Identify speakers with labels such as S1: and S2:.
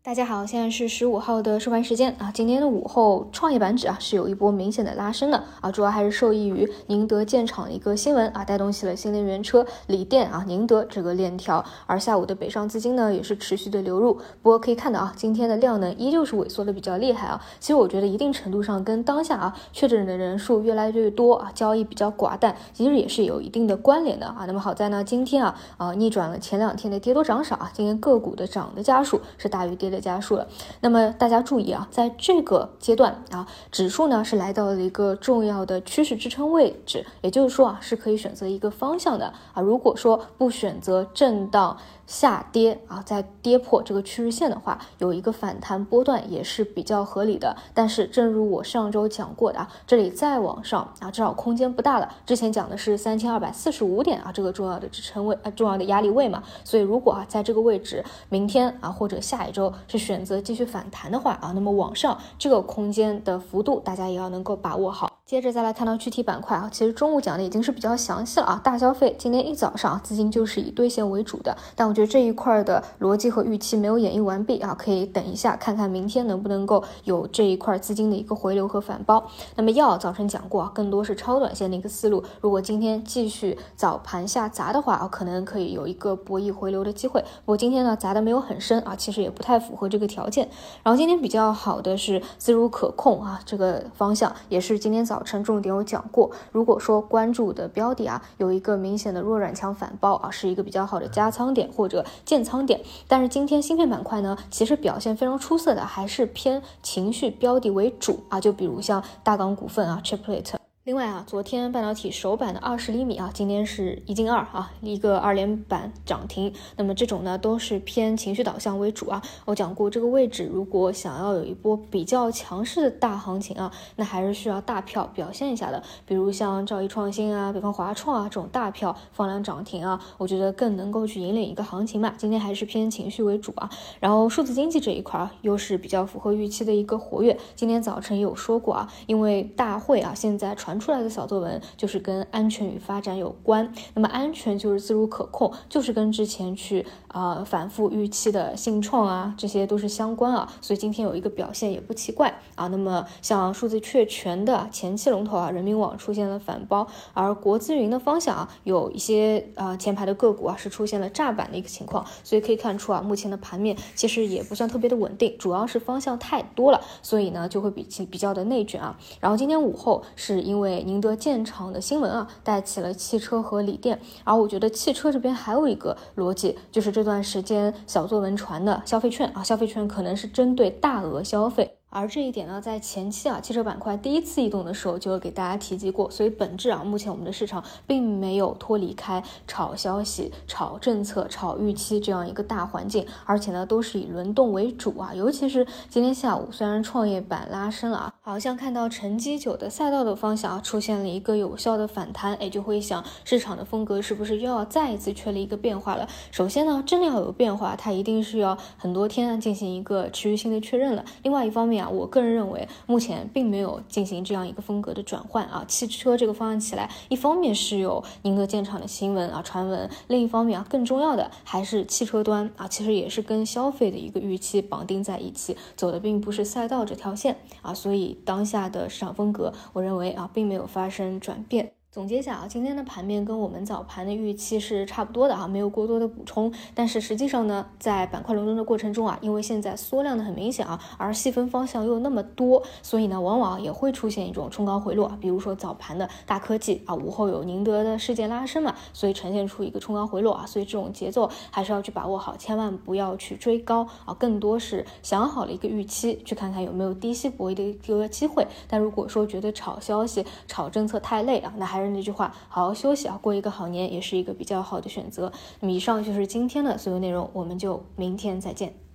S1: 大家好，现在是15号的收盘时间啊。今天的午后，创业板指是有一波明显的拉升的啊，主要还是受益于宁德建厂的一个新闻啊，带动起了新能源车、锂电啊、宁德这个链条。而下午的北上资金呢，也是持续的流入。不过可以看到啊，今天的量能依旧是萎缩的比较厉害啊。其实我觉得一定程度上跟当下确诊的人数越来越多啊，交易比较寡淡，其实也是有一定的关联的啊。那么好在呢，今天逆转了前2天的跌多涨少啊，今天个股的涨的家数是大于跌的家数了。那么大家注意啊，在这个阶段啊，指数呢是来到了一个重要的趋势支撑位置，也就是说是可以选择一个方向的啊。如果说不选择震荡下跌啊，在跌破这个趋势线的话，有一个反弹波段也是比较合理的。但是正如我上周讲过的这里再往上至少空间不大了。之前讲的是3245点这个重要的支撑位重要的压力位嘛。所以如果在这个位置明天或者下一周是选择继续反弹的话那么往上这个空间的幅度大家也要能够把握好。接着再来看到具体板块其实中午讲的已经是比较详细了大消费今天一早上资金就是以兑现为主的，但我觉得这一块的逻辑和预期没有演绎完毕可以等一下看看明天能不能够有这一块资金的一个回流和反包。那么早晨讲过更多是超短线的一个思路，如果今天继续早盘下砸的话可能可以有一个博弈回流的机会。不过今天呢砸的没有很深其实也不太符合这个条件。然后今天比较好的是自如可控这个方向也是今天早晨重点有讲过，如果说关注的标的有一个明显的弱软强反包是一个比较好的加仓点或者建仓点。但是今天芯片板块呢其实表现非常出色的还是偏情绪标的为主就比如像大港股份Chiplet。另外昨天半导体首板的20厘米今天是1进2一个2连板涨停。那么这种呢都是偏情绪导向为主我讲过这个位置如果想要有一波比较强势的大行情那还是需要大票表现一下的，比如像兆易创新北方华创这种大票放量涨停我觉得更能够去引领一个行情嘛。今天还是偏情绪为主然后数字经济这一块又是比较符合预期的一个活跃。今天早晨也有说过因为大会现在传出来的小作文就是跟安全与发展有关，那么安全就是自如可控，就是跟之前去反复预期的信创这些都是相关所以今天有一个表现也不奇怪那么像数字确权的前期龙头人民网出现了反包，而国资云的方向有一些前排的个股是出现了炸板的一个情况。所以可以看出目前的盘面其实也不算特别的稳定，主要是方向太多了，所以呢就会比较的内卷然后今天午后是因为宁德建厂的新闻带起了汽车和锂电。而我觉得汽车这边还有一个逻辑，就是这段时间小作文传的消费券消费券可能是针对大额消费。而这一点呢，在前期汽车板块第一次异动的时候就有给大家提及过，所以本质目前我们的市场并没有脱离开炒消息、炒政策、炒预期这样一个大环境，而且呢都是以轮动为主尤其是今天下午虽然创业板拉升了好像看到沉积久的赛道的方向出现了一个有效的反弹，就会想市场的风格是不是又要再一次确立一个变化了。首先呢，真的要有变化，它一定是要很多天进行一个持续性的确认了。另外一方面我个人认为目前并没有进行这样一个风格的转换汽车这个方向起来，一方面是有宁德建厂的新闻传闻，另一方面更重要的还是汽车端其实也是跟消费的一个预期绑定在一起，走的并不是赛道这条线所以当下的市场风格我认为并没有发生转变。总结一下今天的盘面跟我们早盘的预期是差不多的没有过多的补充。但是实际上呢，在板块轮动的过程中因为现在缩量的很明显而细分方向又那么多，所以呢往往也会出现一种冲高回落比如说早盘的大科技午后有宁德的事件拉升嘛，所以呈现出一个冲高回落所以这种节奏还是要去把握好，千万不要去追高更多是想好了一个预期，去看看有没有低吸博弈的一个机会。但如果说觉得炒消息、炒政策太累那还是那句话，好好休息过一个好年也是一个比较好的选择。那么以上就是今天的所有内容，我们就明天再见。